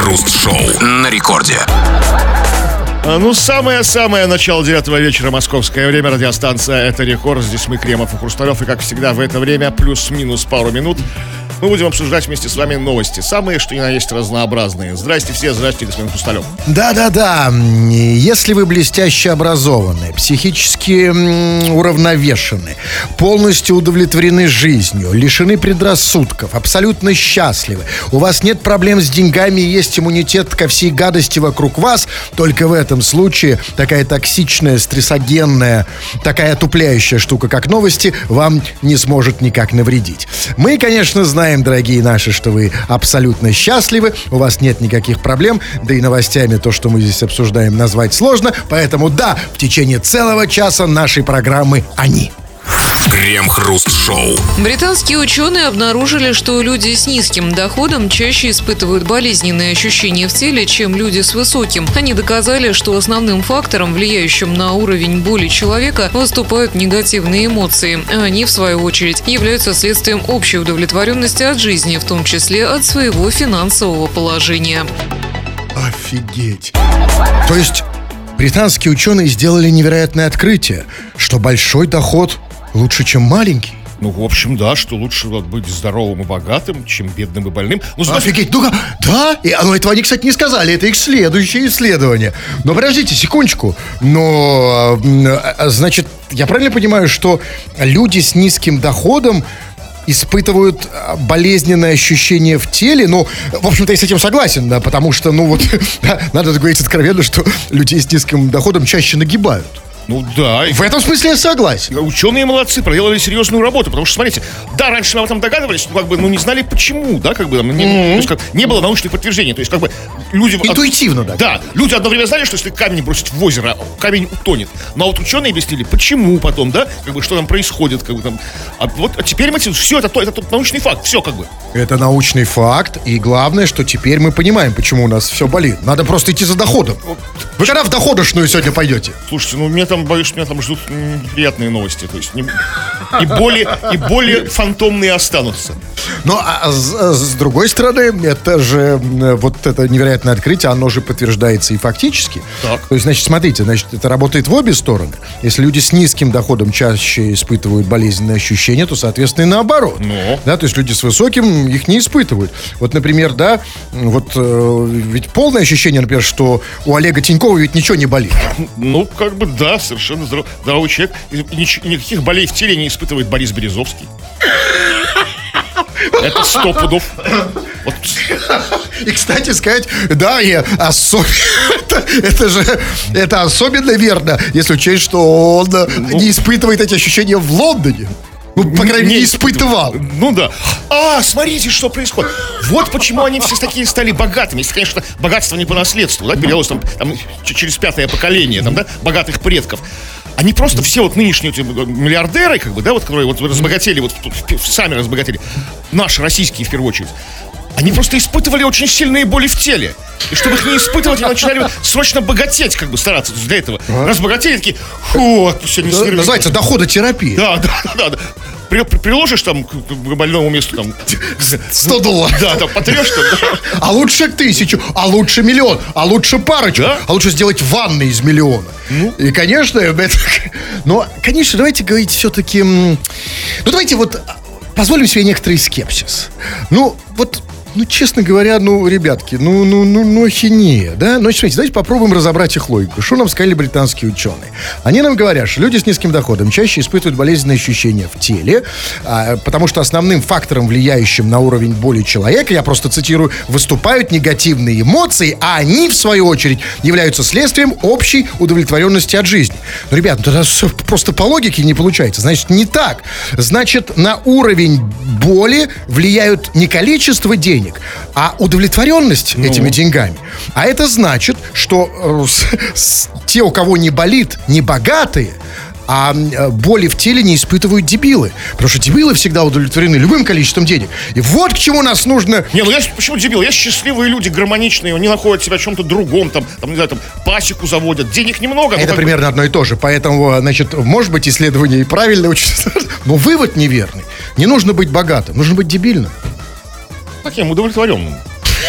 Крем-хруст-шоу на рекорде. Ну, самое-самое начало 9 вечера, московское время, радиостанция «Это Рекорд». Здесь мы, Кремов и Хрусталев, и, как всегда, в это время, плюс-минус пару минут, мы будем обсуждать вместе с вами новости. Самые, что ни на есть, разнообразные. Здрасте все, здрасте, господин Хрусталев. Да-да-да. Если вы блестяще образованы, психически уравновешены, полностью удовлетворены жизнью, лишены предрассудков, абсолютно счастливы, у вас нет проблем с деньгами и есть иммунитет ко всей гадости вокруг вас, только в этом случае такая токсичная, стрессогенная, такая отупляющая штука, как новости, вам не сможет никак навредить. Мы, конечно, знаем, дорогие наши, что вы абсолютно счастливы, у вас нет никаких проблем, да и новостями то, что мы здесь обсуждаем, назвать сложно, поэтому да, в течение целого часа нашей программы они. Крем-хруст-шоу. Британские ученые обнаружили, что люди с низким доходом чаще испытывают болезненные ощущения в теле, чем люди с высоким. Они доказали, что основным фактором, влияющим на уровень боли человека, выступают негативные эмоции. А они, в свою очередь, являются следствием общей удовлетворенности от жизни, в том числе от своего финансового положения. Офигеть. То есть британские ученые сделали невероятное открытие, что большой доход лучше, чем маленький. Ну, в общем, да, что лучше быть здоровым и богатым, чем бедным и больным. Ну, офигеть, ну-ка, да? Но этого они, кстати, не сказали, это их следующее исследование. Но подождите, секундочку. Но, значит, я правильно понимаю, что люди с низким доходом испытывают болезненное ощущение в теле? Ну, в общем-то, я с этим согласен, да, потому что, ну, вот, да, надо говорить откровенно, что людей с низким доходом чаще нагибают. Ну да. В этом смысле я согласен. Ученые молодцы, проделали серьезную работу. Потому что, смотрите, да, раньше мы об этом догадывались, но как бы, не знали почему, да, как бы там, то есть, не было научных подтверждений. То есть, как бы, люди... Интуитивно, да. Да, люди одно время знали, что если камень бросить в озеро, камень утонет. Но вот ученые объяснили, почему потом, да, как бы, что там происходит, как бы там. А теперь мы все, это тот научный факт, все как бы. Это научный факт, и главное, что теперь мы понимаем, почему у нас все болит. Надо просто идти за доходом. Вы когда в доходошную сегодня пойдете? Слушайте, боюсь, что меня там ждут неприятные новости. То есть и более фантомные останутся. Ну, а с другой стороны, это же вот это невероятное открытие, оно же подтверждается и фактически. Так. То есть, значит, смотрите, это работает в обе стороны. Если люди с низким доходом чаще испытывают болезненные ощущения, то, соответственно, и наоборот. Да, то есть люди с высоким их не испытывают. Вот, например, да, вот ведь полное ощущение, например, что у Олега Тинькова ведь ничего не болит. Ну, как бы, да, совершенно здоровый человек. И никаких болей в теле не испытывает Борис Березовский. Это 100 пудов. Вот. И, кстати сказать, да, это особенно верно, если учесть, что он не испытывает эти ощущения в Лондоне. Ну, по крайней мере, не испытывал. Ну да. Смотрите, что происходит. Вот почему они все такие стали богатыми. Если, конечно, богатство не по наследству, да, передалось там через 5-е поколение, там, да, богатых предков. Они просто все вот нынешние миллиардеры, как бы, да, вот, которые вот разбогатели, вот сами разбогатели, наши российские в первую очередь, они просто испытывали очень сильные боли в теле. И чтобы их не испытывать, они начинали срочно богатеть, как бы стараться для этого. Разбогатели такие, все не снервили. Называется доходотерапия. Да. Приложишь там к больному месту там $100. Да, там потрешь там. А лучше 1000, а лучше 1 000 000, а лучше парочку, да? а лучше сделать ванны из 1 000 000. И, конечно, но, конечно, давайте говорить все-таки. Ну, давайте вот позволим себе некоторый скепсис. Честно говоря, ребятки, ахинея, да? Но, смотрите, давайте попробуем разобрать их логику. Что нам сказали британские ученые? Они нам говорят, что люди с низким доходом чаще испытывают болезненные ощущения в теле, потому что основным фактором, влияющим на уровень боли человека, я просто цитирую, выступают негативные эмоции, а они, в свою очередь, являются следствием общей удовлетворенности от жизни. Ну, ребят, это просто по логике не получается. Значит, не так. Значит, на уровень боли влияют не количество денег, а удовлетворенность этими деньгами. А это значит, что те, у кого не болит, не богатые, а боли в теле не испытывают дебилы. Потому что дебилы всегда удовлетворены любым количеством денег. И вот к чему нас нужно... Почему дебилы? Есть счастливые люди, гармоничные, они находят себя в чем-то другом, не знаю, пасеку заводят, денег немного. Это примерно одно и то же. Поэтому, значит, может быть, исследование и правильное, но вывод неверный. Не нужно быть богатым, нужно быть дебильным. Таким удовлетворенным.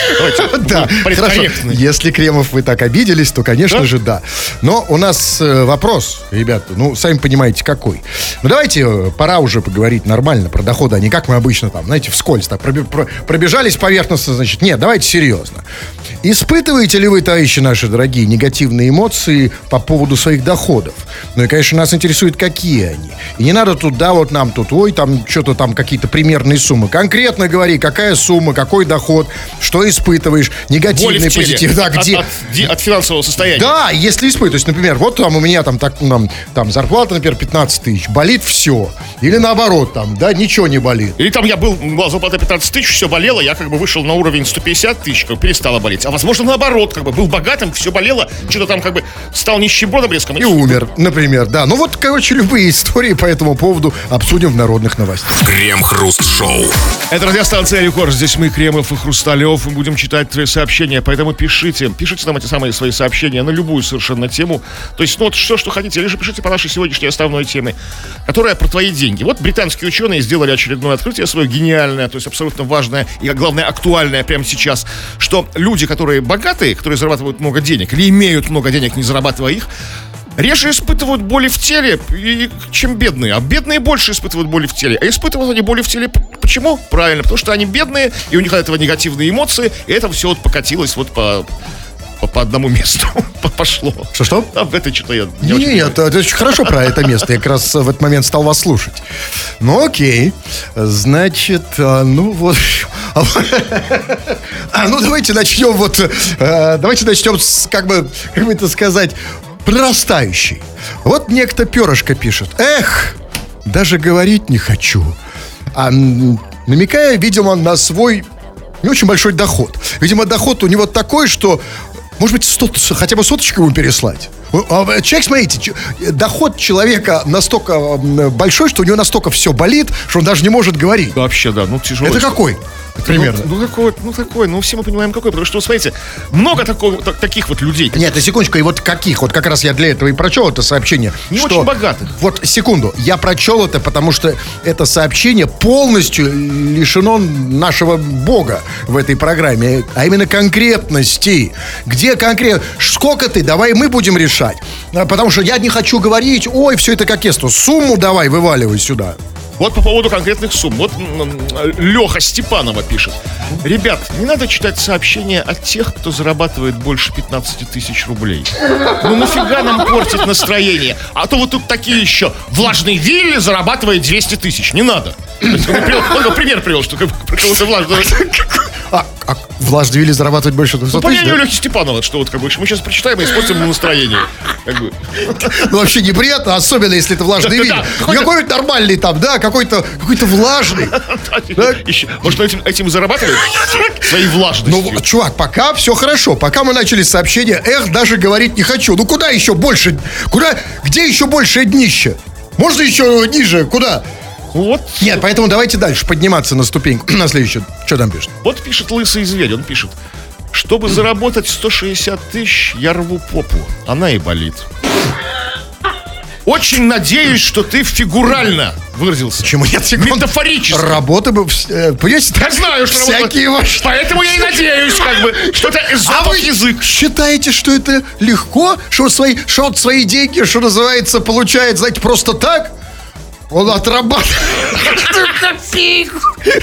Давайте Да, хорошо. политкорректны. Если, Кремов, вы так обиделись, то, конечно же, да. Но у нас вопрос, ребята, ну, сами понимаете, какой. Ну, давайте, пора уже поговорить нормально про доходы, а не как мы обычно там, знаете, вскользь так пробежались поверхностно, значит. Нет, давайте серьезно. Испытываете ли вы, товарищи наши дорогие, негативные эмоции по поводу своих доходов? Ну и, конечно, нас интересует, какие они. И не надо тут, да, вот нам тут, ой, там что-то там какие-то примерные суммы. Конкретно говори, какая сумма, какой доход, что испытываешь, Боли негативный, в теле. позитивный. Да, где? От финансового состояния. Да, если испытывать. То есть, например, вот там у меня там зарплата, например, 15 тысяч. Болит все. Или наоборот, там, да, ничего не болит. Или там была зарплата 15 тысяч, все болело, я как бы вышел на уровень 150 тысяч, как бы перестало болеть. А возможно, наоборот, как бы был богатым, все болело, что-то там как бы стал нищебродом резком. И умер, например, да. Ну вот, короче, любые истории по этому поводу обсудим в народных новостях. Крем-хруст-шоу. Это радиостанция «Рекорд». Здесь мы, Кремов и Хрусталев. Мы будем читать твои сообщения, поэтому пишите нам эти самые свои сообщения на любую совершенно тему. То есть, ну вот все, что хотите, или же пишите по нашей сегодняшней основной теме, которая про твои деньги. Вот британские ученые сделали очередное открытие свое гениальное, то есть абсолютно важное и, главное, актуальное прямо сейчас, что люди, которые богатые, которые зарабатывают много денег или имеют много денег, не зарабатывая их, реже испытывают боли в теле, чем бедные. А бедные больше испытывают боли в теле. А испытывают они боли в теле почему? Правильно, потому что они бедные, и у них от этого негативные эмоции, и это все вот покатилось вот по одному месту пошло. Что? А в это что-то я Нет, это очень хорошо про это место. Я как раз в этот момент стал вас слушать. Ну, окей. Значит, ну вот. Ну, давайте начнем вот. Давайте начнем с, как бы это сказать, прорастающий. Вот некто Перышко пишет. Эх, даже говорить не хочу. Намекая, видимо, на свой не очень большой доход. Видимо, доход у него такой, что, может быть, хотя бы соточку ему переслать. Человек, смотрите, доход человека настолько большой, что у него настолько все болит, что он даже не может говорить. Вообще, да, ну тяжело. Это какой? Примерно. Ну все мы понимаем какой, потому что, смотрите, много таких вот людей. Нет, на секундочку, и вот каких? Вот как раз я для этого и прочел это сообщение. Не что, очень богатых. Вот, секунду, я прочел это, потому что это сообщение полностью лишено нашего бога в этой программе, а именно конкретности. Где конкретно? Сколько ты? Давай мы будем решать. Потому что я не хочу говорить, ой, все это как есть. Сумму давай вываливай сюда. Вот по поводу конкретных сумм. Вот Леха Степанова пишет. Ребят, не надо читать сообщения от тех, кто зарабатывает больше 15 тысяч рублей. Ну нафига нам портить настроение? А то вот тут такие еще. Влажный Вилли зарабатывает 200 тысяч. Не надо. Он пример привел, что про кого-то влажного. Влажный Вилли зарабатывает больше 200 Ну, по тысяч, мнению да? Лехи Степанова, что вот как бы мы сейчас прочитаем и испортим ему настроение. Как бы. Ну, вообще неприятно, особенно если это влажный Вилли. Какой-то нормальный там, да, какой-то влажный. Может, этим зарабатывает своей влажностью? Ну, чувак, пока все хорошо. Пока мы начали сообщение, даже говорить не хочу. Ну, куда еще больше? Где еще большее днище? Можно еще ниже? Куда? Вот. Нет, поэтому давайте дальше подниматься на ступеньку. На следующую. Что там пишет? Вот пишет лысый зверь, он пишет: чтобы заработать 160 тысяч, я рву попу. Она и болит. Очень надеюсь, что ты фигурально выразился. Почему нет? Метафорически. Работа бы... Понимаете? Я знаю, что всякие ваши... Поэтому я и надеюсь, как бы, что это изобов язык. Считаете, что это легко? Что свои деньги, что называется, получает, знаете, просто так? Он отрабатывает копейку.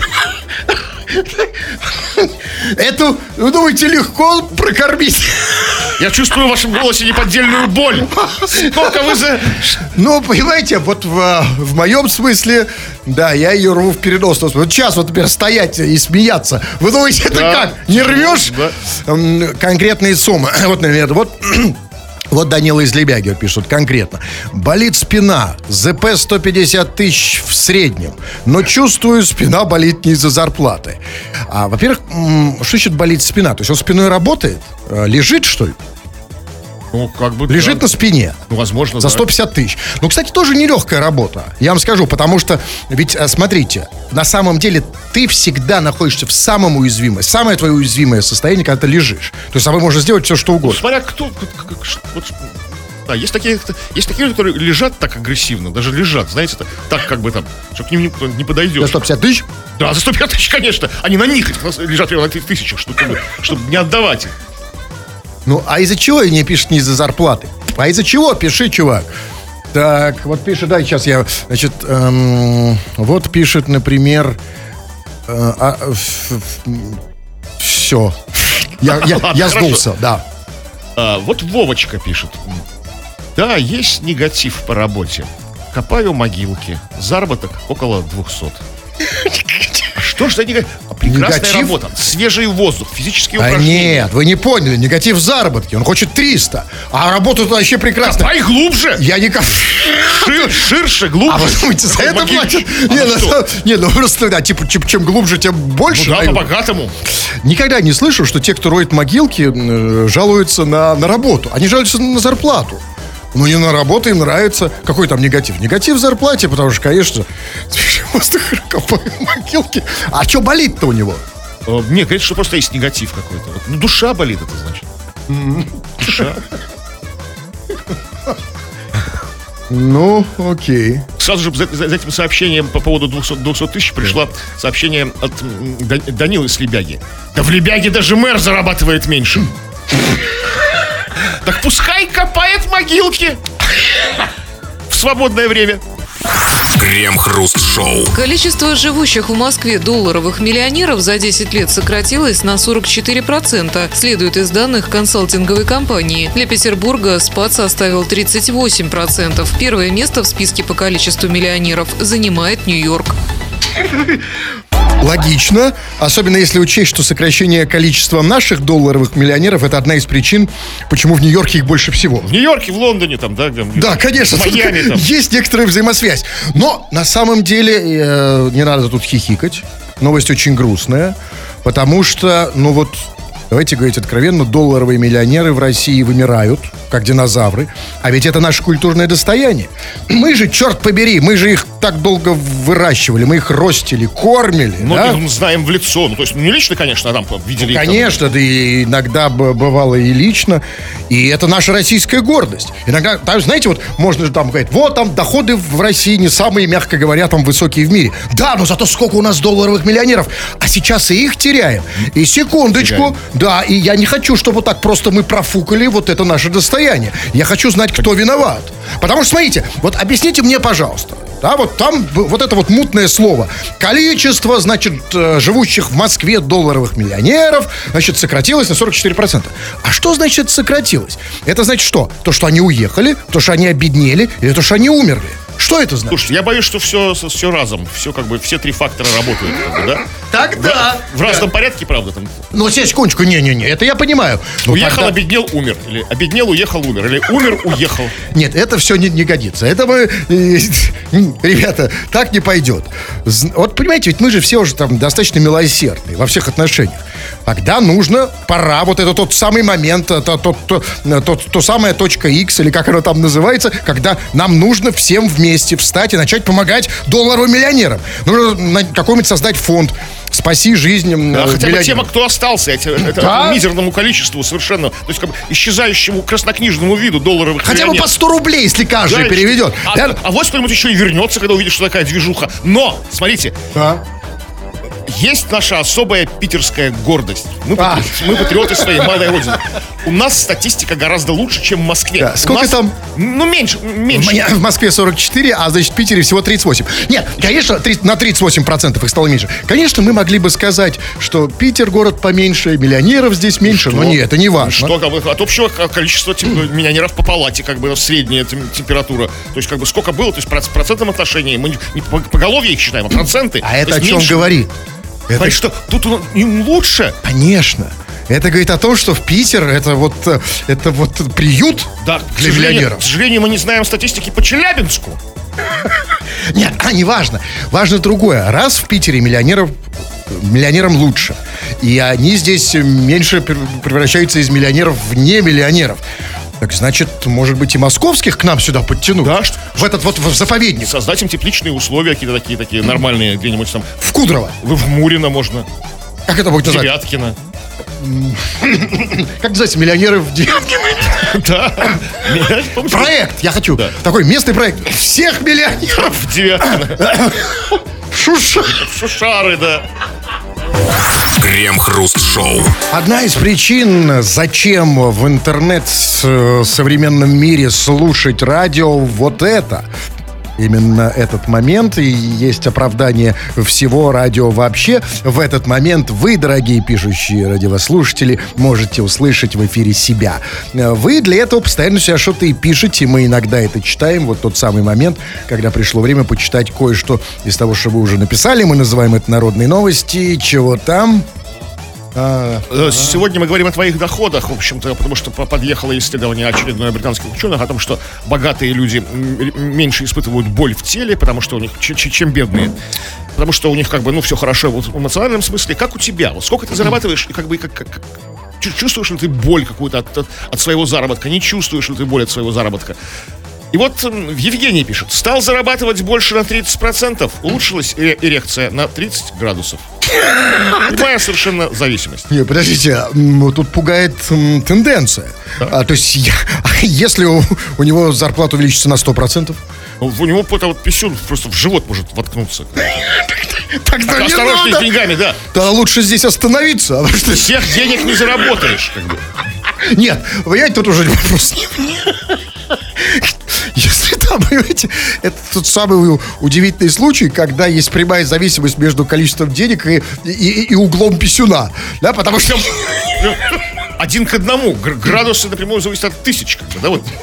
Эту, вы думаете, легко прокормить? Я чувствую в вашем голосе неподдельную боль. Сколько вы за... Ну, понимаете, вот в моем смысле, да, я ее рву в переносном смысле. Вот сейчас вот, например, стоять и смеяться. Вы думаете, это как? Не рвешь? Да. Конкретные суммы. Вот, наверное, вот Данила из Лебяги пишет конкретно. Болит спина, ЗП 150 тысяч в среднем, но чувствую, спина болит не из-за зарплаты. Во-первых, что значит болит спина? То есть он спиной работает? Лежит, что ли? Ну, как бы... Лежит да. на спине. Ну, возможно, за 150 тысяч. Ну, кстати, тоже нелегкая работа. Я вам скажу, потому что, ведь, смотрите, на самом деле ты всегда находишься в самом уязвимом, самое твое уязвимое состояние, когда ты лежишь. То есть, с тобой можно сделать все, что угодно. Ну, смотря кто... Да, есть такие, которые лежат так агрессивно, даже лежат, знаете, так как бы там, чтобы к ним никто не подойдет. За 150 тысяч? Да, за 150 тысяч, конечно. Они на них лежат примерно на тысячах, чтобы не отдавать их. Ну, а из-за чего не пишет не из-за зарплаты? А из-за чего? Пиши, чувак. Так, вот пишет, да, сейчас я, значит, вот пишет, например, все. Я сдулся, да. Вот Вовочка пишет. Да, есть негатив по работе. Копаю могилки. Заработок около 200. Что ж за негатив? Прекрасная Негатив? работа. Свежий воздух, физические А упражнения. нет, вы не поняли, негатив заработки, он хочет 300, а работа-то вообще прекрасная. Копай глубже. Я не Ширше, глубже. А вы думаете, за это платят? Не, ну просто, да, типа, чем глубже, тем больше. Ну да, по-богатому. Никогда не слышу, что те, кто роет могилки, жалуются на работу. Они жалуются на зарплату. Ну, не на работу, им нравится. Какой там негатив? Негатив в зарплате, потому что, конечно, просто копаю могилки. А что болит-то у него? Мне кажется, что просто есть негатив какой-то. Ну, душа болит, это значит. Душа. Ну, окей. Сразу же за этим сообщением по поводу 200 тысяч пришло сообщение от Данилы с Лебяги. Да в Лебяге даже мэр зарабатывает меньше. Так пускай копает могилки в свободное время. Крем-хруст-шоу. Количество живущих в Москве долларовых миллионеров за 10 лет сократилось на 44%, следует из данных консалтинговой компании. Для Петербурга спад составил 38%. Первое место в списке по количеству миллионеров занимает Нью-Йорк. Логично, особенно если учесть, что сокращение количества наших долларовых миллионеров — это одна из причин, почему в Нью-Йорке их больше всего. В Нью-Йорке, в Лондоне там, да? Да, конечно, в Майами там. Есть некоторая взаимосвязь. Но на самом деле не надо тут хихикать. Новость очень грустная, потому что, ну вот, давайте говорить откровенно, долларовые миллионеры в России вымирают, как динозавры. А ведь это наше культурное достояние. Мы же, черт побери, мы же их так долго выращивали, мы их ростили, кормили. Многих да? мы знаем в лицо. Ну, то есть, не лично, конечно, а там видели. Конечно, да и иногда бывало и лично. И это наша российская гордость. Иногда, там, знаете, вот можно же там говорить, вот там доходы в России не самые, мягко говоря, там высокие в мире. Да, но зато сколько у нас долларовых миллионеров. А сейчас и их теряем. И секундочку, да, и я не хочу, чтобы вот так просто мы профукали вот это наше достояние. Я хочу знать, кто виноват. Потому что, смотрите, вот объясните мне, пожалуйста, да, вот там вот это вот мутное слово. Количество, значит, живущих в Москве долларовых миллионеров, значит, сократилось на 44%. А что значит сократилось? Это значит что? То, что они уехали, то, что они обеднели, или то, что они умерли? Что это значит? Слушай, я боюсь, что все разом. Все как бы, все три фактора работают. Как бы, да? Тогда. В разном порядке, правда, там. Ну, секундочку, не-не-не, это я понимаю. Но Уехал, тогда... обеднел, умер. Или обеднел, уехал, умер. Или умер, уехал. Нет, это все не годится. Это мы... Ребята, так не пойдет. Вот понимаете, ведь мы же все уже там достаточно милосердные во всех отношениях. Тогда нужно, пора, вот это тот самый момент, то самая точка X, или как она там называется, когда нам нужно всем вместе встать и начать помогать долларовым миллионерам. Нужно какой-нибудь создать фонд «Спаси жизнь хотя бы миллионерам». тем, кто остался, этому мизерному количеству совершенно, то есть как бы исчезающему краснокнижному виду долларовых Хотя бы миллионеров. по 100 рублей, если каждый переведет. А вот кто-нибудь еще и вернется, когда увидит, что такая движуха. Но, смотрите, есть наша особая питерская гордость. Мы патриоты своей малой родины. У нас статистика гораздо лучше, чем в Москве. Да, сколько там? Ну, меньше. В Москве 44, а значит в Питере всего 38. Нет, конечно, на 38% их стало меньше. Конечно, мы могли бы сказать, что Питер город поменьше, миллионеров здесь меньше, но нет, это не важно. Что, как бы, от общего количества миллионеров по палате, как бы средняя температура. То есть, как бы, сколько было, то есть в процентном отношении. Мы не по поголовье их считаем, а проценты. А это о чем говорит? Говорит, что тут им лучше. Конечно. Это говорит о том, что в Питер это вот приют для миллионеров. К сожалению, мы не знаем статистики по Челябинску. Нет, не важно. Важно другое. Раз в Питере миллионерам лучше. И они здесь меньше превращаются из миллионеров в не миллионеров. Так значит, может быть, и московских к нам сюда подтянуть? Да, в этот вот в заповедник. Создать им тепличные условия, какие-то такие нормальные, где-нибудь там. В Кудрово. В Мурино можно. Как это будет называться? Девяткино. Как называется? Миллионеры в Девяткино? Да. Проект, я хочу. Такой местный проект. Всех миллионеров в Девяткино. Шушары, да. Крем-хруст-шоу. Одна из причин, зачем в современном мире слушать радио, вот это. Именно этот момент, и есть оправдание всего радио вообще. В этот момент вы, дорогие пишущие радиослушатели, можете услышать в эфире себя. Вы для этого постоянно себя что-то и пишете, мы иногда это читаем. Вот тот самый момент, когда пришло время почитать кое-что из того, что вы уже написали. Мы называем это народные новости. Чего там? Сегодня мы говорим о твоих доходах, в общем-то, потому что подъехало исследование очередное британских ученых о том, что богатые люди меньше испытывают боль в теле, потому что у них, чем бедные. Потому что у них как бы, все хорошо в эмоциональном смысле. Как у тебя? Вот сколько ты зарабатываешь, и как бы чувствуешь ли ты боль какую-то от своего заработка? Не чувствуешь ли ты боль от своего заработка? И вот Евгений пишет: стал зарабатывать больше на 30%, улучшилась эрекция на 30 градусов. Прямая совершенно зависимость. Не, подождите, тут пугает тенденция. То есть, если у него зарплата увеличится на 100%? У него писюн просто в живот может воткнуться. Тогда не осторожней с надо. деньгами, да. Тогда лучше здесь остановиться. Всех денег не заработаешь, как бы. Нет, понимаете, тут уже вопрос не мне. Если там, понимаете, это тот самый удивительный случай, когда есть прямая зависимость между количеством денег и углом писюна. Да, потому что... 1 к 1. Градусы напрямую зависят от тысяч, как бы, да, вот.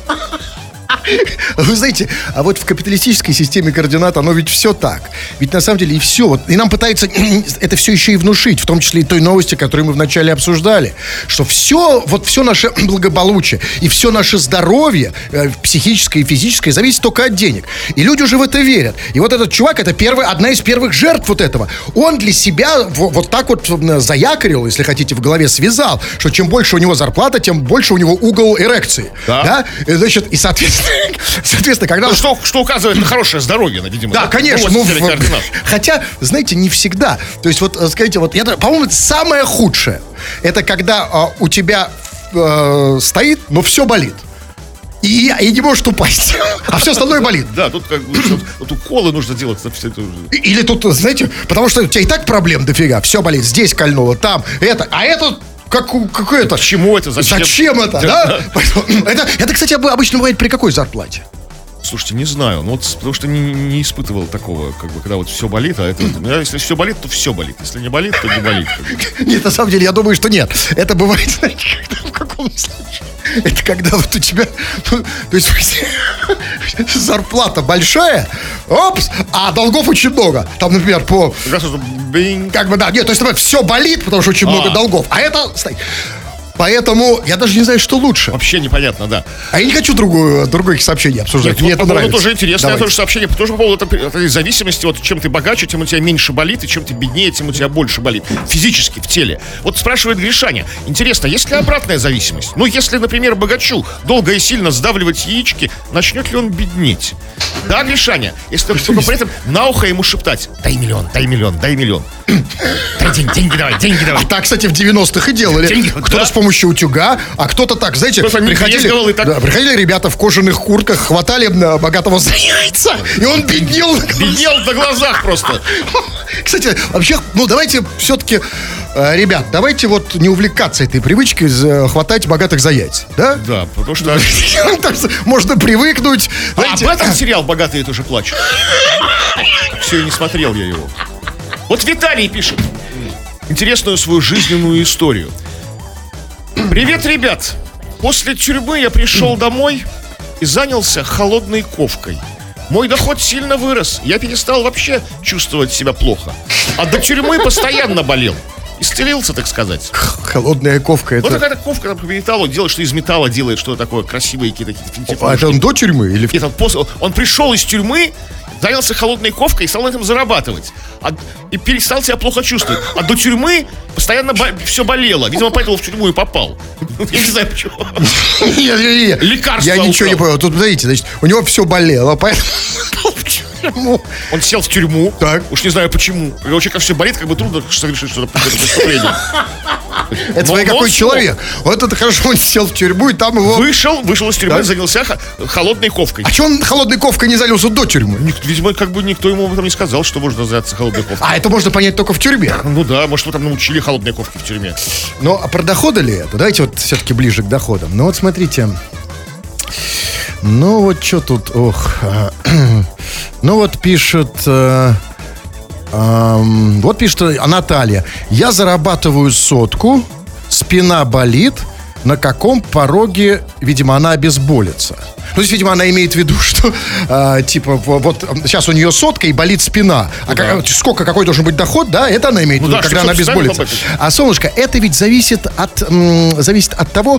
Вы знаете, а вот в капиталистической системе координат оно ведь все так. Ведь на самом деле и все. Вот, и нам пытаются это все еще и внушить, в том числе и той новости, которую мы вначале обсуждали, что все наше благополучие и все наше здоровье, психическое и физическое, зависит только от денег. И люди уже в это верят. И вот этот чувак, это одна из первых жертв вот этого. Он для себя вот так вот заякорил, если хотите, в голове связал, что чем больше у него зарплата, тем больше у него угол эрекции. Да? И, значит, и соответственно, когда... Что указывает на хорошее здоровье, видимо. Да, конечно. Хотя, знаете, не всегда. То есть, вот, скажите, по-моему, это самое худшее. Это когда у тебя стоит, но все болит. И не может упасть. А все остальное болит. Да, тут как бы вот уколы нужно делать. Или тут, знаете, потому что у тебя и так проблем дофига. Все болит. Здесь кольнуло, там, это. А это... Какое-то? Почему это? Зачем это, да? Это, кстати, обычно бывает при какой зарплате? Слушайте, не знаю. Потому что не испытывал такого, как бы, когда вот все болит, а это... Если все болит, то все болит. Если не болит, то не болит. Нет, на самом деле, я думаю, что нет. Это бывает, знаете, в каком случае? Это когда вот у тебя... то есть, зарплата большая, опс, а долгов очень много. Там, например, как бы, да, нет, то есть, все болит, потому что очень много долгов. А это... Поэтому я даже не знаю, что лучше. Вообще непонятно, да. А я не хочу других сообщений обсуждать. Мне это нравится. Тоже интересное тоже сообщение. Тоже по поводу этой зависимости. Вот чем ты богаче, тем у тебя меньше болит, и чем ты беднее, тем у тебя больше болит. Физически, в теле. Вот спрашивает Гришаня. Интересно, есть ли обратная зависимость? Если, например, богачу долго и сильно сдавливать яички, начнет ли он беднеть? Да, Гришаня? Если только при этом на ухо ему шептать: дай миллион, дай миллион, дай миллион. Деньги давай, деньги давай. А так, кстати, в 90-х и делали. Кто-то с помощью утюга, а кто-то так, знаете, приходили ребята в кожаных куртках, хватали богатого за яйца, и он беднел. Беднел на глазах просто. Кстати, вообще, давайте все-таки, ребят, давайте вот не увлекаться этой привычкой хватать богатых за яйца, да? Да, потому что... Можно привыкнуть. Об этом сериал «Богатые тоже плачут». Все, не смотрел я его. Вот Виталий пишет интересную свою жизненную историю. Привет, ребят. После тюрьмы я пришел домой и занялся холодной ковкой. Мой доход сильно вырос. Я перестал вообще чувствовать себя плохо. А до тюрьмы постоянно болел. Исцелился, так сказать. Холодная ковка, это... Вот какая-то ковка там по металлу делает, что из металла делает, что такое красивые какие-то... А это он до тюрьмы? Или... Он пришел из тюрьмы, занялся холодной ковкой и стал на этом зарабатывать. И перестал себя плохо чувствовать. А до тюрьмы постоянно все болело. Видимо, поэтому в тюрьму и попал. Я не знаю, почему. Лекарство. Я ничего не понял. Тут, знаете, значит, у него все болело, поэтому... тюрьму. Он сел в тюрьму. Так. Уж не знаю почему. Его человек, все болит, как бы трудно совершить что-то преступление. Это смотри, какой человек. Вот это хорошо, он сел в тюрьму, и там его... Вышел из тюрьмы, Так. занялся холодной ковкой. А что он холодной ковкой не залился до тюрьмы? Видимо, как бы никто ему об этом не сказал, что можно заняться холодной ковкой. А это можно понять только в тюрьме. Ну да, может, вы там научили холодной ковки в тюрьме. Ну, а про доходы ли это? Давайте вот все-таки ближе к доходам. Ну, вот смотрите. Ну, вот что тут... Ну, вот пишет... Вот пишет Наталья. Я зарабатываю 100, спина болит. На каком пороге, видимо, она обезболится? Ну, то есть, видимо, она имеет в виду, что, типа, вот сейчас у нее 100 и болит спина. Сколько, какой должен быть доход, да? Это она имеет в виду, когда она обезболится. А, солнышко, это ведь зависит от того,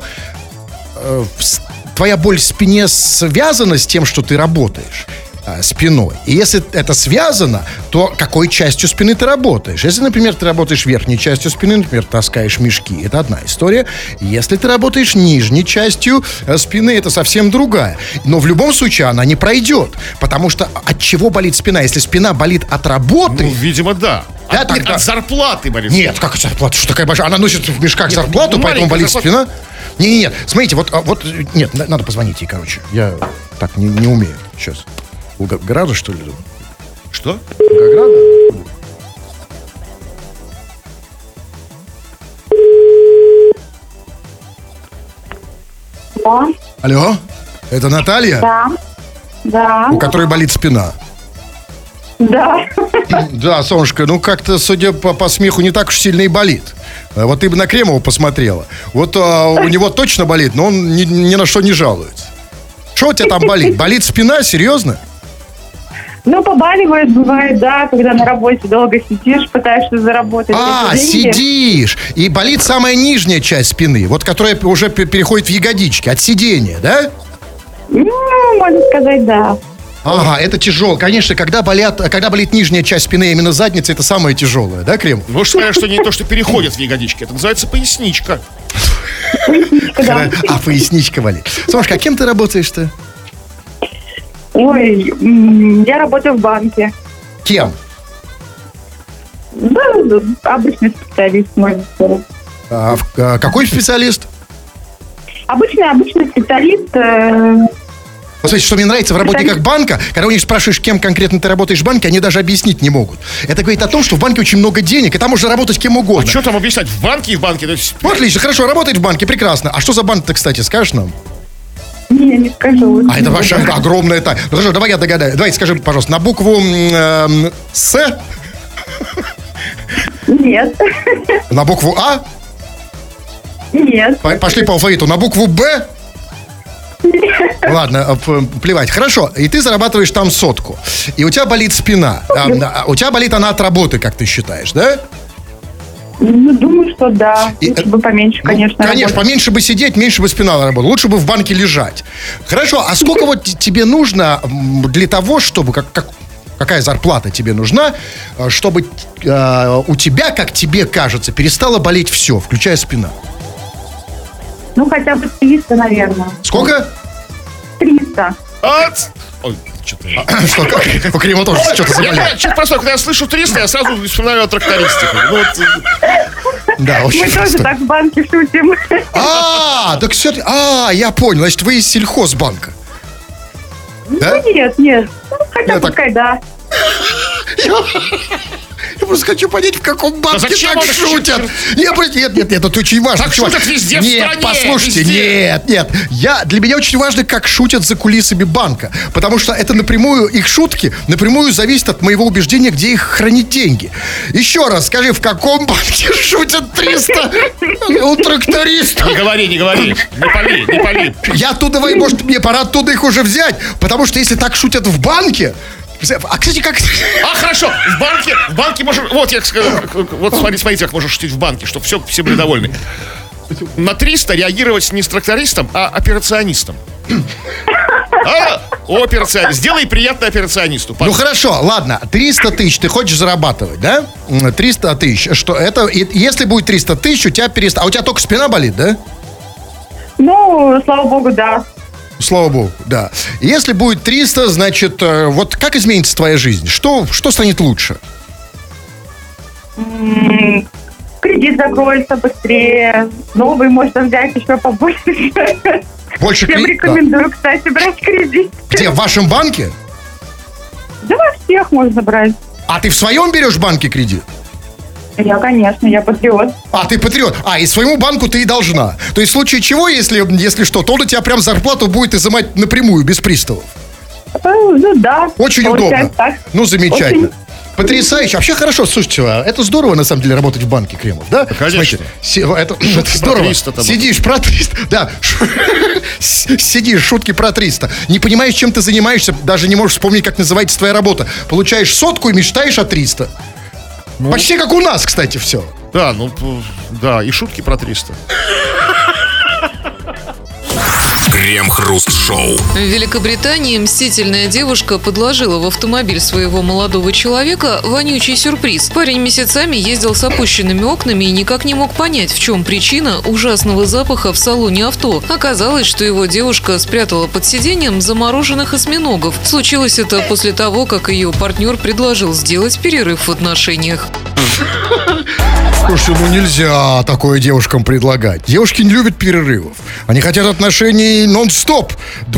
твоя боль в спине связана с тем, что ты работаешь спиной. И если это связано, то какой частью спины ты работаешь? Если, например, ты работаешь верхней частью спины, например, таскаешь мешки, это одна история. Если ты работаешь нижней частью спины, это совсем другая. Но в любом случае она не пройдет. Потому что от чего болит спина? Если спина болит от работы... Ну, видимо, да. От зарплаты болит. Нет, как от зарплаты? Что такая большая? Она носит в мешках зарплату, поэтому болит спина? Нет. Смотрите, вот... Нет, надо позвонить ей, короче. Я так не умею сейчас. Волгограда, что ли? Что? Волгограда? Алло, это Наталья? Да. У которой болит спина. Да. Да, солнышко, ну как-то, судя по смеху, не так уж сильно и болит. Вот ты бы на Кремова посмотрела. Вот у него точно болит, но он ни на что не жалуется. Что у тебя там болит? Болит спина? Серьезно? Ну, побаливает, бывает, да, когда на работе долго сидишь, пытаешься заработать. Сидишь. И болит самая нижняя часть спины, вот которая уже переходит в ягодички, от сидения, да? Ну, можно сказать, да. Ага, это тяжело. Конечно, когда болит нижняя часть спины, именно задница, это самое тяжелое, да, Крем? Может, сказать, что не то, что переходит в ягодички. Это называется поясничка. Да. А, поясничка болит. Солнышко, а кем ты работаешь-то? Ой, я работаю в банке. Кем? Да, обычный специалист, можно сказать. Какой специалист? Обычный специалист. Вот смотрите, что мне нравится в работниках банка, когда у них спрашиваешь, кем конкретно ты работаешь в банке, они даже объяснить не могут. Это говорит о том, что в банке очень много денег, и там можно работать кем угодно. А что там объяснять? В банке и в банке? Ну, отлично, хорошо, работает в банке, прекрасно. А что за банк-то, кстати, скажешь нам? Не скажу. А это ваша огромная тайна. Ну хорошо, давай я догадаюсь. Давайте скажи, пожалуйста, на букву С? Нет. На букву А? Нет. Пошли по алфавиту. На букву Б? Ладно, плевать. Хорошо, и ты зарабатываешь там 100. И у тебя болит спина. У тебя болит она от работы, как ты считаешь, да? Ну, думаю, что да. Лучше бы поменьше, конечно. Конечно, работать. поменьше бы сидеть, меньше бы спина работала. Лучше бы в банке лежать. Хорошо, а сколько вот тебе нужно для того, чтобы... Какая зарплата тебе нужна, чтобы у тебя, как тебе кажется, перестало болеть все, включая спина? Ну, хотя бы 300, наверное. Сколько? 300. Ой, что-то... Что, как? У Крима тоже что-то заболело. Что-то простое, когда я слышу 300, я сразу вспоминаю о трактористике. Ну, вот... Да, очень Мы тоже просто. так в банке шутим. Так все-таки... я понял, значит, вы из сельхозбанка. Да? Ну, нет. Ну, хотя Нет, пускай, да. Я просто хочу понять, в каком банке зачем так это шутят. Нет, это очень важно. Так чувак. шутят везде в Нет, стране, послушайте, везде. нет. Для меня очень важно, как шутят за кулисами банка. Потому что это напрямую, их шутки напрямую зависят от моего убеждения, где их хранить деньги. Еще раз скажи, в каком банке шутят 300 у трактористов? Не говори. Не пали. Я оттуда, может, мне пора оттуда их уже взять. Потому что если так шутят в банке... А, кстати, как... Хорошо, в банке можем... Вот, я скажу, вот смотрите, как можно шутить в банке, чтобы все были довольны. На 300 реагировать не с трактористом, а операционистом. Операционист. Сделай приятно операционисту. Ну хорошо, ладно, 300 тысяч ты хочешь зарабатывать, да? 300 тысяч, что это... Если будет 300 тысяч, у тебя перестанет... А у тебя только спина болит, да? Ну, слава богу, да. Слава богу, да. Если будет 300, значит, вот как изменится твоя жизнь? Что станет лучше? Кредит закроется быстрее, новый можно взять еще побольше. Больше Всем рекомендую, кстати, брать кредит. Где, в вашем банке? Да во всех можно брать. А ты в своем берешь банке кредит? Я, конечно, я патриот. А, ты патриот. А, и своему банку ты и должна. То есть в случае чего, если что, то он у тебя прям зарплату будет изымать напрямую, без приставов. Ну да. Очень удобно. Так. Ну, замечательно. Очень. Потрясающе. Вообще хорошо, слушайте, это здорово, на самом деле, работать в банке, Кремов, да? Конечно. Это здорово. 300 там. Сидишь про 300, да. Сидишь, шутки про 300. Не понимаешь, чем ты занимаешься, даже не можешь вспомнить, как называется твоя работа. Получаешь 100 и мечтаешь о 300. Почти как у нас, кстати, все. Да, да, и шутки про 300. Крем-хруст-шоу. В Великобритании мстительная девушка подложила в автомобиль своего молодого человека вонючий сюрприз. Парень месяцами ездил с опущенными окнами и никак не мог понять, в чем причина ужасного запаха в салоне авто. Оказалось, что его девушка спрятала под сиденьем замороженных осьминогов. Случилось это после того, как ее партнер предложил сделать перерыв в отношениях. Слушайте, нельзя такое девушкам предлагать. Девушки не любят перерывов. Они хотят отношений нон-стоп.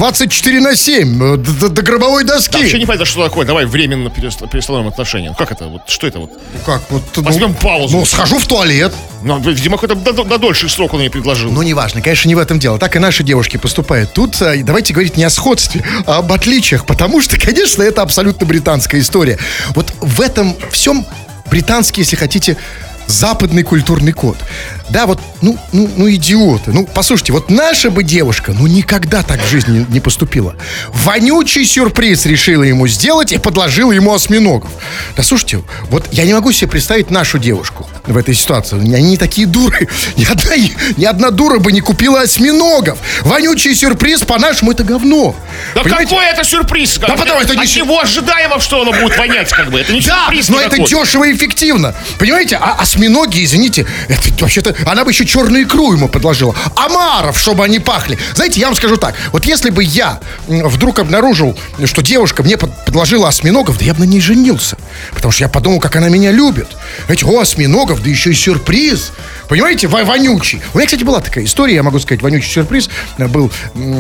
24/7. До гробовой доски. Да, вообще не понятно, что такое. Давай временно перестановим отношения. Как это? Вот, что это вот? Как? Вот, Возьмем паузу. Схожу в туалет. Ну, видимо, какой-то на дольший срок он ей предложил. Ну, неважно, конечно, не в этом дело. Так и наши девушки поступают. Тут давайте говорить не о сходстве, а об отличиях. Потому что, конечно, это абсолютно британская история. Вот в этом всем британский, если хотите, западный культурный код. Да, вот, идиоты. Послушайте, вот наша бы девушка, никогда так в жизни не поступила. Вонючий сюрприз решила ему сделать и подложила ему осьминогов. Да, слушайте, вот я не могу себе представить нашу девушку в этой ситуации. Они не такие дуры. Ни одна дура бы не купила осьминогов. Вонючий сюрприз, по-нашему, это говно. Да понимаете? какой это сюрприз? Да потому что от него ожидаемо, что оно будет вонять, как бы. Это не сюрприз но никакой. это дешево и эффективно. Понимаете, а осьминоги, извините, это вообще-то, она бы еще черную икру ему подложила. Омаров, чтобы они пахли. Знаете, я вам скажу так. Вот если бы я вдруг обнаружил, что девушка мне подложила осьминогов, да я бы на ней женился. Потому что я подумал, как она меня любит. Знаете, осьминогов, да еще и сюрприз. Понимаете, вонючий. У меня, кстати, была такая история, я могу сказать, вонючий сюрприз. Был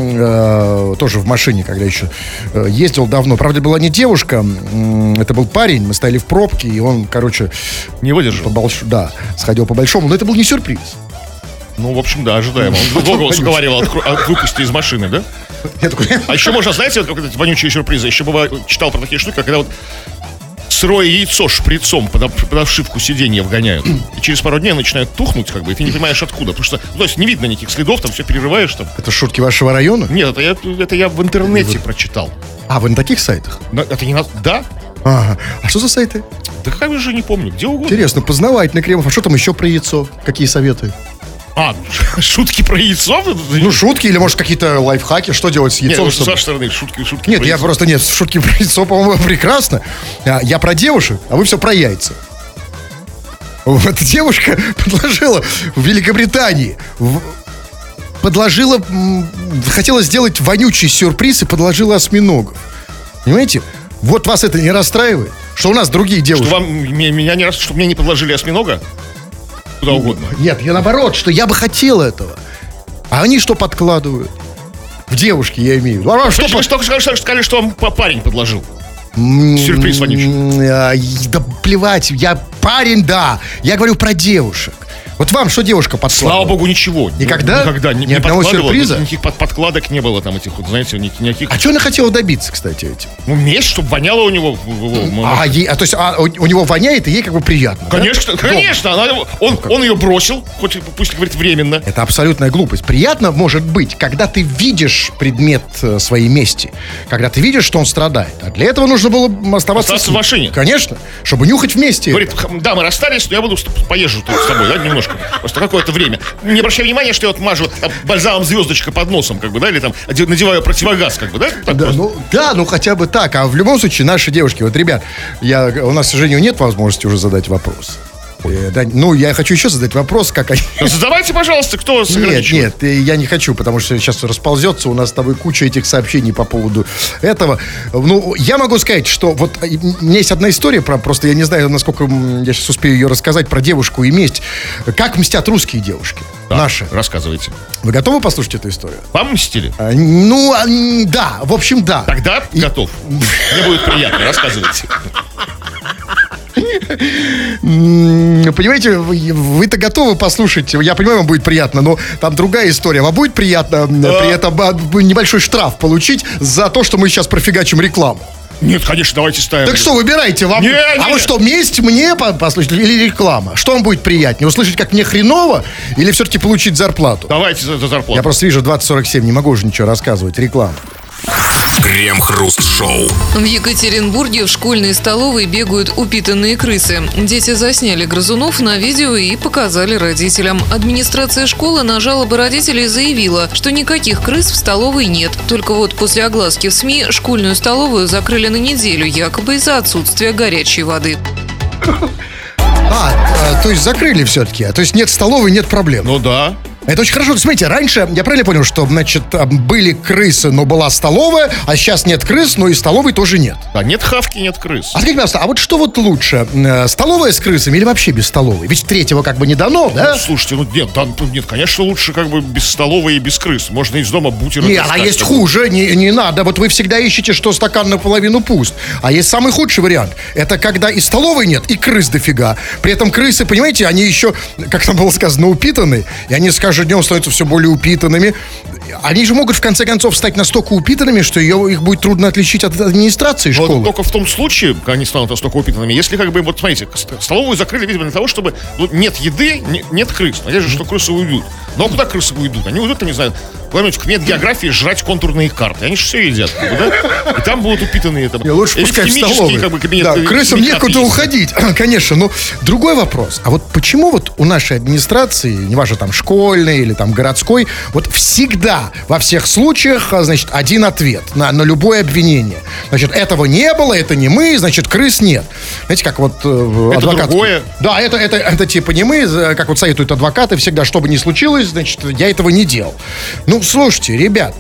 тоже в машине, когда еще ездил давно. Правда, была не девушка, это был парень. Мы стояли в пробке, и он, не выдержал. Да, сходил по большому. Но это был не сюрприз. Ну, в общем, да, ожидаемо. Он долго уговаривал выпусти из машины, да? А еще можно, знаете, вот как эти вонючие сюрпризы. Еще читал про такие штуки, когда вот сырое яйцо шприцом под обшивку сиденья вгоняют. И через пару дней начинают тухнуть, и ты не понимаешь откуда. Потому что, то есть, не видно никаких следов, там все перерываешь. Там. Это шутки вашего района? Нет, это я в интернете прочитал. А, вы на таких сайтах? Это не надо. Да? Ага. А что за сайты? Да как же не помню, где угодно. Интересно, познавательно, Кремов. А что там еще про яйцо? Какие советы? Шутки про яйцо? Шутки или, может, какие-то лайфхаки? Что делать с яйцом? Нет, с вашей стороны шутки Нет, я просто, шутки про яйцо, по-моему, прекрасно. Я про девушек, а вы все про яйца. Эта девушка подложила в Великобритании. Хотела сделать вонючий сюрприз и подложила осьминогов. Понимаете? Вот вас это не расстраивает? Что у нас другие девушки... Что меня не расстраивает, что мне не подложили осьминога? Куда угодно. Нет, я наоборот, что я бы хотел этого. А они что подкладывают? В девушке, я имею в виду. Вы сказали, что вам парень подложил. Сюрприз вонючий. Да плевать, я парень, да. Я говорю про девушек. Вот вам что девушка подкладывала? Слава богу, ничего. Никогда? Никогда. Ни одного сюрприза? Никаких подкладок не было там этих вот, знаете, никаких... А что она хотела добиться, кстати, этим? Месть, чтобы воняло у него. То есть у него воняет, и ей как бы приятно, конечно, да? Конечно. Он ее бросил, хоть пусть говорит временно. Это абсолютная глупость. Приятно может быть, когда ты видишь предмет своей мести. Когда ты видишь, что он страдает. А для этого нужно было оставаться в машине. Конечно. Чтобы нюхать вместе. Говорит, да, мы расстались, но я буду поезжу тут с тобой, да, немножко. Просто какое-то время. Не обращай внимания, что я вот мажу бальзамом звездочка под носом, или там надеваю противогаз, да? Ну хотя бы так. А в любом случае, наши девушки, вот, ребят, у нас, к сожалению, нет возможности уже задать вопрос. Да, ну, я хочу еще задать вопрос, как они... Ну, задавайте, пожалуйста, кто вас Нет, ограничивает? нет, я не хочу, потому что сейчас расползется у нас с тобой куча этих сообщений по поводу этого. Ну, я могу сказать, что вот у меня есть одна история про, просто я не знаю, насколько я сейчас успею ее рассказать, про девушку и месть. Как мстят русские девушки, наши. Рассказывайте. Вы готовы послушать эту историю? Вам мстили? Да, в общем, да. Тогда готов. Мне будет приятно. Рассказывайте. Понимаете, вы-то готовы послушать, я понимаю, вам будет приятно, но там другая история. Вам будет приятно при этом небольшой штраф получить за то, что мы сейчас профигачим рекламу? Нет, конечно, давайте ставим. Так что, выбирайте вам. А вот что, месть мне послушать или реклама? Что вам будет приятнее? Услышать, как мне хреново, или все-таки получить зарплату? Давайте за зарплату. Я просто вижу 20:47, не могу уже ничего рассказывать. Реклама. Крем-хруст-шоу. В Екатеринбурге в школьной столовой бегают упитанные крысы. Дети засняли грызунов на видео и показали родителям. Администрация школы на жалобы родителей заявила, что никаких крыс в столовой нет. Только вот после огласки в СМИ школьную столовую закрыли на неделю, якобы из-за отсутствия горячей воды. То есть закрыли все-таки. То есть нет столовой, нет проблем. Ну да. Это очень хорошо. Смотрите, раньше, я правильно понял, что, значит, были крысы, но была столовая, а сейчас нет крыс, но и столовой тоже нет. Да, нет хавки, нет крыс. А скажите, пожалуйста, а вот что вот лучше, столовая с крысами или вообще без столовой? Ведь третьего как бы не дано, да? Ну, слушайте, нет, конечно, лучше как бы без столовой и без крыс. Можно из дома бутеры. Нет, а есть хуже, не надо. Вот вы всегда ищете, что стакан наполовину пуст. А есть самый худший вариант. Это когда и столовой нет, и крыс дофига. При этом крысы, понимаете, они еще, как там было сказано, упитаны. И они с каждым днем становятся все более упитанными. Они же могут в конце концов стать настолько упитанными, что их будет трудно отличить от администрации школы. Вот только в том случае, когда они станут настолько упитанными, если как бы, вот смотрите, столовую закрыли, видимо, для того, чтобы нет еды, нет крыс. Надеюсь, что крысы уйдут. Но куда крысы уйдут? Они уйдут, я не знаю, куда-нибудь в кабинет географии жрать контурные карты. Они же все едят, как бы, да? И там будут упитанные. Там, лучше пускай в столовой. Как бы, кабинет, да, крысам некуда уходить, конечно. Но другой вопрос. А вот почему вот у нашей администрации, неважно там школьной или там городской, вот всегда во всех случаях, значит, один ответ на любое обвинение. Значит, этого не было, это не мы, значит, крыс нет. Знаете, как вот адвокат... Это другое. Да, это типа не мы, как вот советуют адвокаты всегда, что бы ни случилось, значит, я этого не делал. Ну, слушайте, ребят,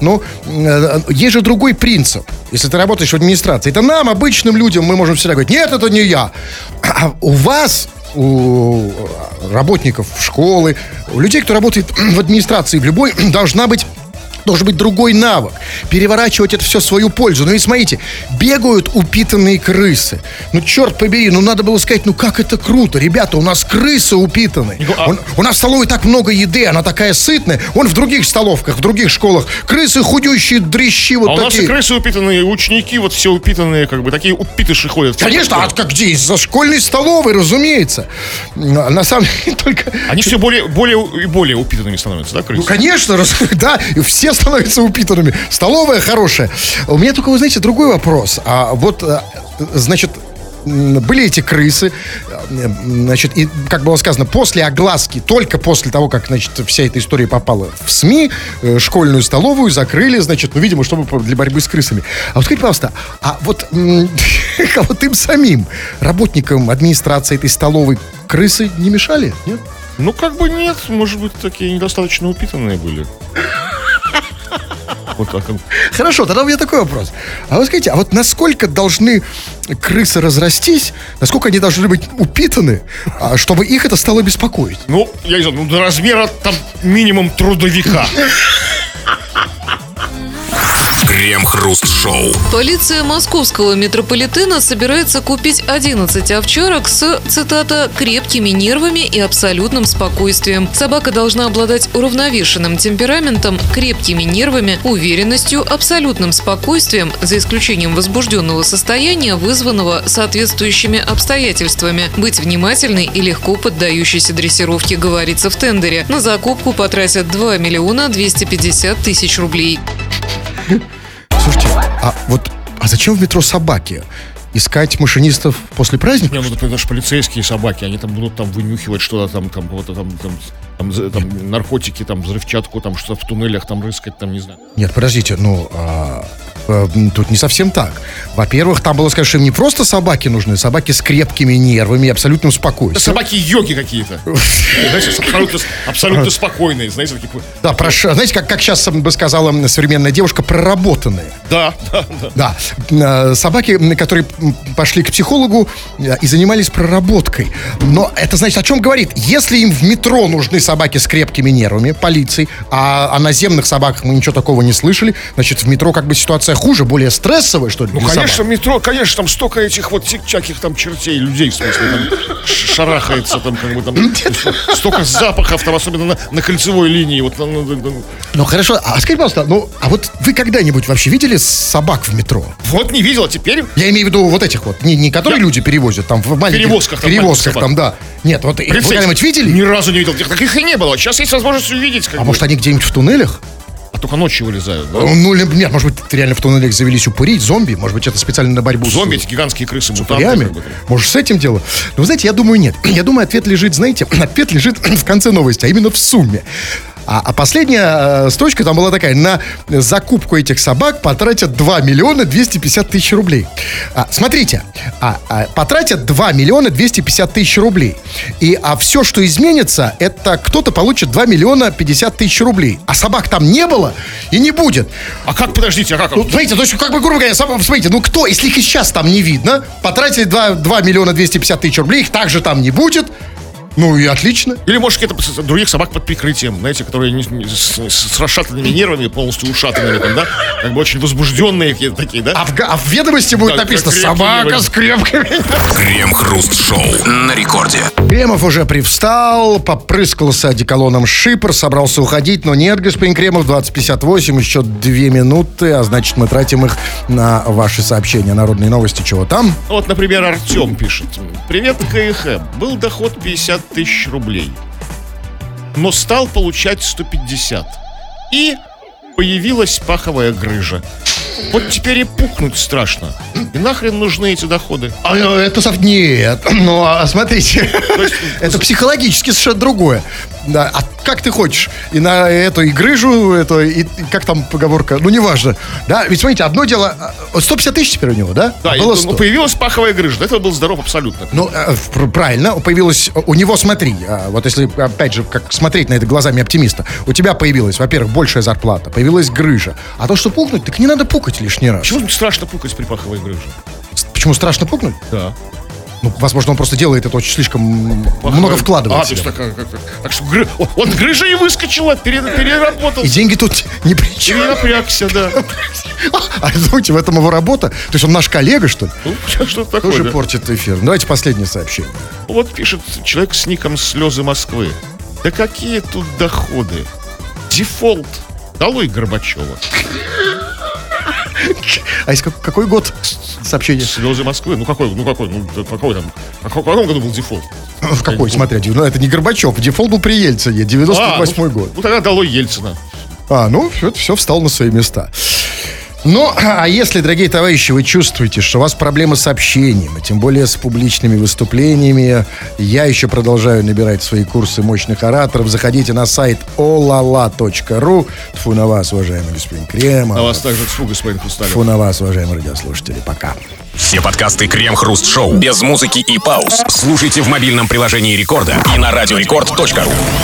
есть же другой принцип. Если ты работаешь в администрации, это нам, обычным людям, мы можем всегда говорить, нет, это не я. А у вас, у работников школы, у людей, кто работает в администрации, в любой, должен быть другой навык. Переворачивать это все в свою пользу. Ну и смотрите, бегают упитанные крысы. Ну, черт побери, надо было сказать, как это круто. Ребята, у нас крысы упитанные. У нас в столовой так много еды, она такая сытная. Вон в других столовках, в других школах крысы худющие, дрищи вот такие. У нас и крысы упитанные, ученики вот все упитанные, как бы такие упитыши ходят. Конечно, а как где? Из-за школьной столовой, разумеется. На самом деле только... Они все более и более упитанными становятся, да, крысы? Ну, конечно, да, все становятся упитанными. Столовая хорошая. У меня только, вы знаете, другой вопрос. А вот, значит, были эти крысы, значит, и, как было сказано, после огласки, только после того, как, значит, вся эта история попала в СМИ, школьную столовую закрыли, значит, видимо, чтобы для борьбы с крысами. А вот скажите, пожалуйста, а вот им самим, работникам администрации этой столовой, крысы не мешали, нет? Ну, как бы нет, может быть, такие недостаточно упитанные были. Вот так. Хорошо, тогда у меня такой вопрос. А вы скажите, а вот насколько должны крысы разрастись, насколько они должны быть упитаны, чтобы их это стало беспокоить? Ну, я не знаю, до размера там минимум трудовика. Крем-хруст-шоу. Полиция московского метрополитена собирается купить 11 овчарок с, цитата, «крепкими нервами и абсолютным спокойствием». Собака должна обладать уравновешенным темпераментом, крепкими нервами, уверенностью, абсолютным спокойствием, за исключением возбужденного состояния, вызванного соответствующими обстоятельствами, быть внимательной и легко поддающейся дрессировке, говорится в тендере. На закупку потратят 2 250 000 рублей. Слушайте, а зачем в метро собаки? Искать машинистов после праздника? Мне нужно, потому что полицейские собаки, они там будут там вынюхивать что-то там наркотики, там взрывчатку, там что-то в туннелях там рыскать, там не знаю. Нет, подождите, Тут не совсем так. Во-первых, там было сказано, что им не просто собаки нужны, собаки с крепкими нервами и абсолютным Это спокойствием. собаки-йоги какие-то. Знаете, абсолютно спокойные. Знаете, такие... Да, знаете, как сейчас бы сказала современная девушка, проработанные. Да. Да, собаки, которые пошли к психологу и занимались проработкой. Но это значит, о чем говорит? Если им в метро нужны собаки с крепкими нервами, полиции, а о наземных собаках мы ничего такого не слышали, значит, в метро как бы ситуация хуже, более стрессовая, что ли, Ну, для конечно, собак. метро, конечно, там столько этих вот тик-чаких там чертей, людей, в смысле, там шарахается, там, как бы, там, столько запахов, там, особенно на кольцевой линии, вот, Ну, хорошо, а скажите, пожалуйста, а вот вы когда-нибудь вообще видели собак в метро? вот не видел, а теперь... Я имею в виду вот этих вот, не которые люди перевозят, там, в маленьких... Перевозках там Перевозках маленьких там, да. Нет, вот вы когда-нибудь видели? Ни разу не видел, таких и не было, сейчас есть возможность увидеть, как А бы. может, они где-нибудь в туннелях? А только ночью вылезают, да? Ну, нет, может быть, реально в туннелях завелись упыри, зомби, может быть, это специально на борьбу Зомби, с эти гигантские крысы, мутанты. упырями. как бы, там. Может, с этим дело? Но, вы знаете, я думаю, нет. Я думаю, ответ лежит, знаете, ответ лежит в конце новости, а именно в сумме. А последняя строчка там была такая: на закупку этих собак потратят 2 миллиона 250 тысяч рублей. Смотрите, потратят 2 миллиона 250 тысяч рублей. А все, что изменится, это кто-то получит 2 миллиона 50 тысяч рублей. А собак там не было и не будет. А как, подождите, а как? Ну, смотрите, то есть, как бы, грубо говоря, смотрите, ну кто, если их и сейчас там не видно, потратили 2 миллиона 250 тысяч рублей, их также там не будет. Ну и отлично. Или, может, какие-то других собак под прикрытием, знаете, которые с расшатанными нервами, полностью ушатанными, там, да? Как бы очень возбужденные какие-то такие, да? А в ведомости будет Да, написано крепкие «Собака нервы». с крепкими». Крем-хруст-шоу на рекорде. Кремов уже привстал, попрыскался одеколоном шипр, собрался уходить, но нет, господин Кремов, 20:58, еще 2 минуты, а значит, мы тратим их на ваши сообщения. Народные новости, чего там? Вот, например, Артем пишет. Привет, КХ. Был доход 50 тысяч рублей, но стал получать 150. И появилась паховая грыжа. Вот теперь и пухнуть страшно. И нахрен нужны эти доходы? Нет, ну, смотрите, это психологически совершенно другое. Да, а как ты хочешь? И на эту и грыжу, и как там поговорка, ну, неважно. Да, ведь смотрите, одно дело, 150 тысяч теперь у него, да? Да, Было и, 100. появилась паховая грыжа. До этого был здоров абсолютно. Ну, правильно, появилась у него, смотри, вот если, опять же, как смотреть на это глазами оптимиста, у тебя появилась, во-первых, большая зарплата, появилась грыжа, а то, что пукнуть, так не надо пукать лишний раз. Почему страшно пукать при паховой грыже? Почему страшно пукнуть? Да. Ну, возможно, он просто делает это очень слишком много вкладывает в то есть себя. так что он грыжа и выскочила, переработал. И деньги тут ни при чем. Перенапрягся, да. А знаете, в этом его работа? То есть он наш коллега, что ли? Ну, что-то такое, Тоже да. портит эфир. Давайте последнее сообщение. Вот пишет человек с ником «Слезы Москвы». Да какие тут доходы? Дефолт. Долой Горбачева. А из какой год сообщение? Слезы Москвы. Ну какой там? В каком году был дефолт? В какой, смотря, ну это не Горбачев, дефолт был при Ельцине, 98-й год. Ну тогда долой Ельцина. Ну, все встало на свои места. Ну, а если, дорогие товарищи, вы чувствуете, что у вас проблемы с общением, и тем более с публичными выступлениями, я еще продолжаю набирать свои курсы мощных ораторов. Заходите на сайт olala.ru. Тьфу на вас, уважаемый господин Кремов. На вас также тьфу, господин Хрусталев. Тьфу на вас, уважаемые радиослушатели. Пока. Все подкасты Крем-хруст-шоу без музыки и пауз слушайте в мобильном приложении Рекорда и на радиорекорд.ру.